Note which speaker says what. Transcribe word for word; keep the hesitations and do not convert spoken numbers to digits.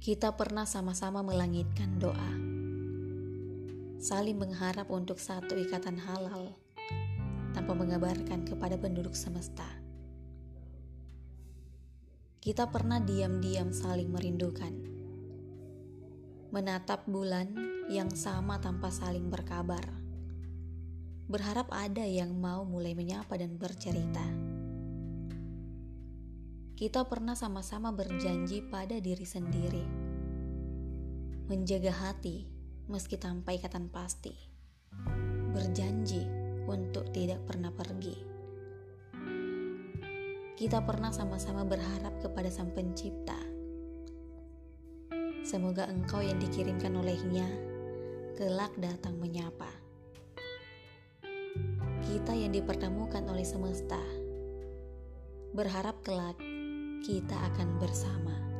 Speaker 1: Kita pernah sama-sama melangitkan doa, saling mengharap untuk satu ikatan halal, tanpa mengabarkan kepada penduduk semesta. Kita pernah diam-diam saling merindukan, menatap bulan yang sama tanpa saling berkabar, berharap ada yang mau mulai menyapa dan bercerita. Kita pernah sama-sama berjanji pada diri sendiri, menjaga hati meski tanpa ikatan pasti, berjanji untuk tidak pernah pergi. Kita pernah sama-sama berharap kepada Sang Pencipta, semoga engkau yang dikirimkan olehnya kelak datang menyapa. Kita yang dipertemukan oleh semesta, berharap kelak kita akan bersama.